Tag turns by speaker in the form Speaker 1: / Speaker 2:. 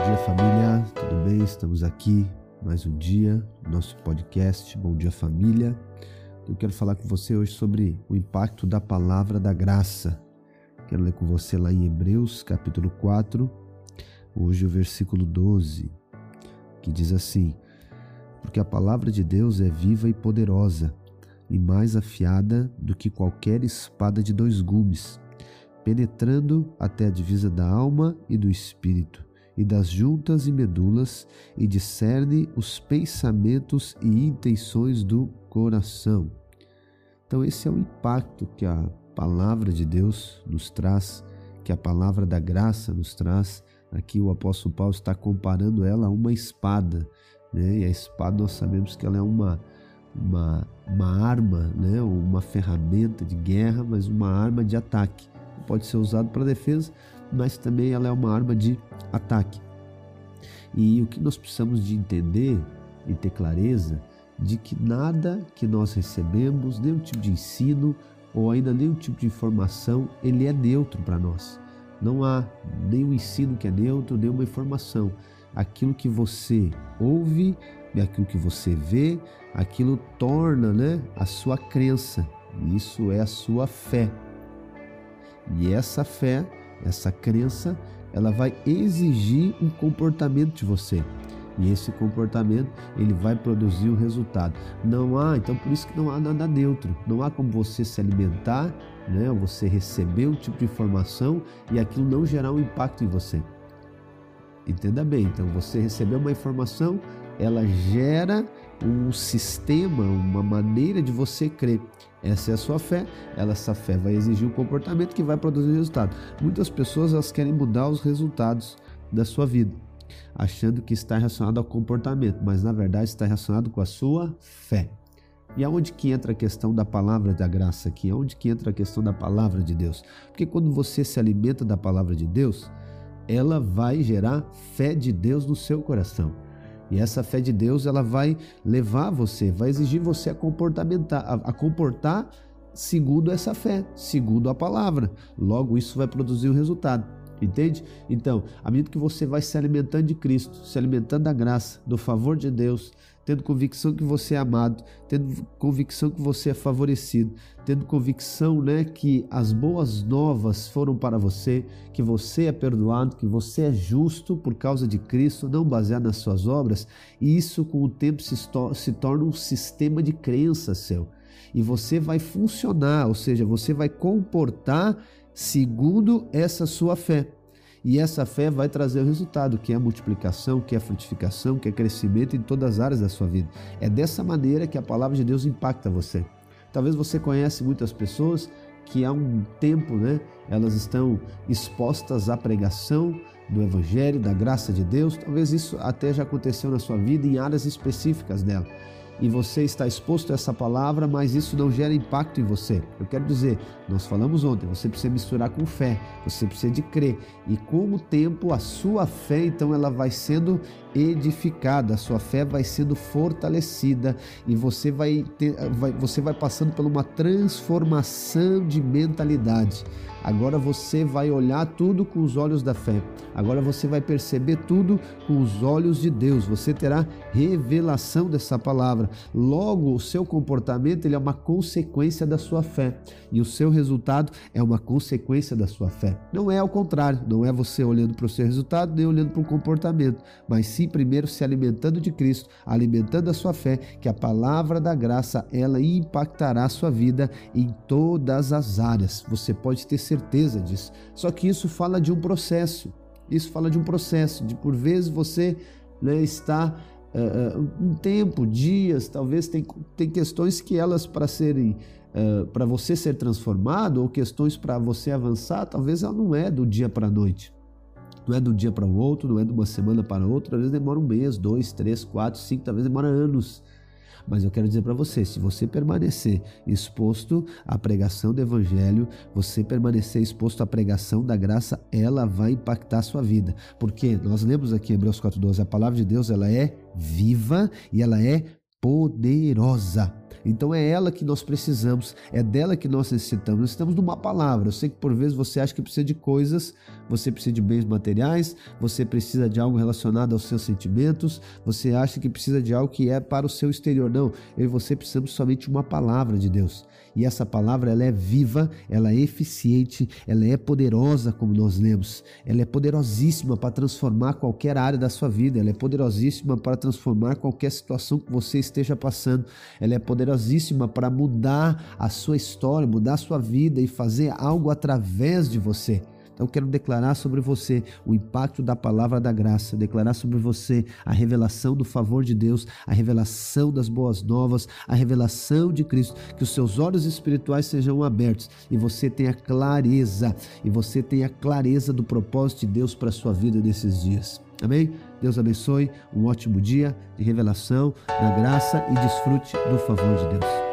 Speaker 1: dia, família, tudo bem? Estamos aqui mais um dia, nosso podcast, Bom Dia Família. Eu quero falar com você hoje sobre o impacto da palavra da graça. Quero ler com você lá em Hebreus, capítulo 4, hoje o versículo 12, que diz assim: porque a palavra de Deus é viva e poderosa, e mais afiada do que qualquer espada de dois gumes, penetrando até a divisa da alma e do espírito, e das juntas e medulas, e discerne os pensamentos e intenções do coração. Então esse é o impacto que a palavra de Deus nos traz, que a palavra da graça nos traz. Aqui o apóstolo Paulo está comparando ela a uma espada, né? E a espada nós sabemos que ela é uma arma, né? Uma ferramenta de guerra, mas uma arma de ataque. Pode ser usado para defesa, mas também ela é uma arma de ataque. E o que nós precisamos de entender e ter clareza de que nada que nós recebemos, nenhum tipo de ensino ou ainda nenhum tipo de informação, ele é neutro para nós. Não há nenhum ensino que é neutro, nenhuma informação. Aquilo que você ouve e aquilo que você vê, aquilo torna, né, a sua crença. Isso é a sua fé. E essa fé, essa crença, ela vai exigir um comportamento de você. E esse comportamento, ele vai produzir um resultado. Então por isso que não há nada neutro. Não há como você se alimentar, né? Você receber um tipo de informação e aquilo não gerar um impacto em você. Entenda bem, então você recebeu uma informação, ela gera um sistema, uma maneira de você crer. Essa é a sua fé, essa fé vai exigir um comportamento que vai produzir resultado. Muitas pessoas elas querem mudar os resultados da sua vida, achando que está relacionado ao comportamento, mas na verdade está relacionado com a sua fé. E aonde que entra a questão da palavra da graça aqui? Aonde que entra a questão da palavra de Deus? Porque quando você se alimenta da palavra de Deus, ela vai gerar fé de Deus no seu coração. E essa fé de Deus, ela vai levar você, vai exigir você a comportar segundo essa fé, segundo a palavra. Logo, isso vai produzir um resultado. Entende? Então, à medida que você vai se alimentando de Cristo, se alimentando da graça, do favor de Deus, tendo convicção que você é amado, tendo convicção que você é favorecido, tendo convicção, né, que as boas novas foram para você, que você é perdoado, que você é justo por causa de Cristo, não baseado nas suas obras, e isso com o tempo se torna um sistema de crença seu. E você vai funcionar, ou seja, você vai comportar segundo essa sua fé. E essa fé vai trazer o resultado, que é a multiplicação, que é a frutificação, que é crescimento em todas as áreas da sua vida. É dessa maneira que a palavra de Deus impacta você. Talvez você conhece muitas pessoas que há um tempo, né, elas estão expostas à pregação do Evangelho, da graça de Deus. Talvez isso até já aconteceu na sua vida em áreas específicas dela. E você está exposto a essa palavra, mas isso não gera impacto em você. Eu quero dizer, nós falamos ontem, você precisa misturar com fé, você precisa de crer. E com o tempo, a sua fé, então, ela vai sendo edificada, a sua fé vai sendo fortalecida e você vai passando por uma transformação de mentalidade. Agora você vai olhar tudo com os olhos da fé. Agora você vai perceber tudo com os olhos de Deus. Você terá revelação dessa palavra. Logo, o seu comportamento ele é uma consequência da sua fé. E o seu resultado é uma consequência da sua fé. Não é ao contrário. Não é você olhando para o seu resultado, nem olhando para o comportamento. Mas sim, primeiro, se alimentando de Cristo, alimentando a sua fé, que a palavra da graça, ela impactará a sua vida em todas as áreas. Você pode ter certeza disso. Só que isso fala de um processo. Isso fala de um processo, de por vezes você, né, está um tempo, dias, talvez tem questões que elas para você ser transformado ou questões para você avançar, talvez ela não é do dia para a noite. Não é de um dia para o outro, não é de uma semana para outra, às vezes demora 1 mês, 2, 3, 4, 5, talvez demora anos. Mas eu quero dizer para você, se você permanecer exposto à pregação do Evangelho, você permanecer exposto à pregação da graça, ela vai impactar a sua vida. Porque nós lemos aqui em Hebreus 4:12, a palavra de Deus ela é viva e ela é poderosa. Então é ela que nós precisamos, é dela que nós necessitamos. Nós estamos numa palavra. Eu sei que por vezes você acha que precisa de coisas, você precisa de bens materiais, você precisa de algo relacionado aos seus sentimentos, você acha que precisa de algo que é para o seu exterior. Não, eu e você precisamos somente de uma palavra de Deus. E essa palavra, ela é viva, ela é eficiente, ela é poderosa, como nós lemos. Ela é poderosíssima para transformar qualquer área da sua vida. Ela é poderosíssima para transformar qualquer situação que você esteja passando. Ela é poderosíssima para mudar a sua história, mudar a sua vida e fazer algo através de você. Então eu quero declarar sobre você o impacto da palavra da graça, declarar sobre você a revelação do favor de Deus, a revelação das boas novas, a revelação de Cristo, que os seus olhos espirituais sejam abertos e você tenha clareza do propósito de Deus para a sua vida nesses dias. Amém? Deus abençoe, um ótimo dia de revelação da graça e desfrute do favor de Deus.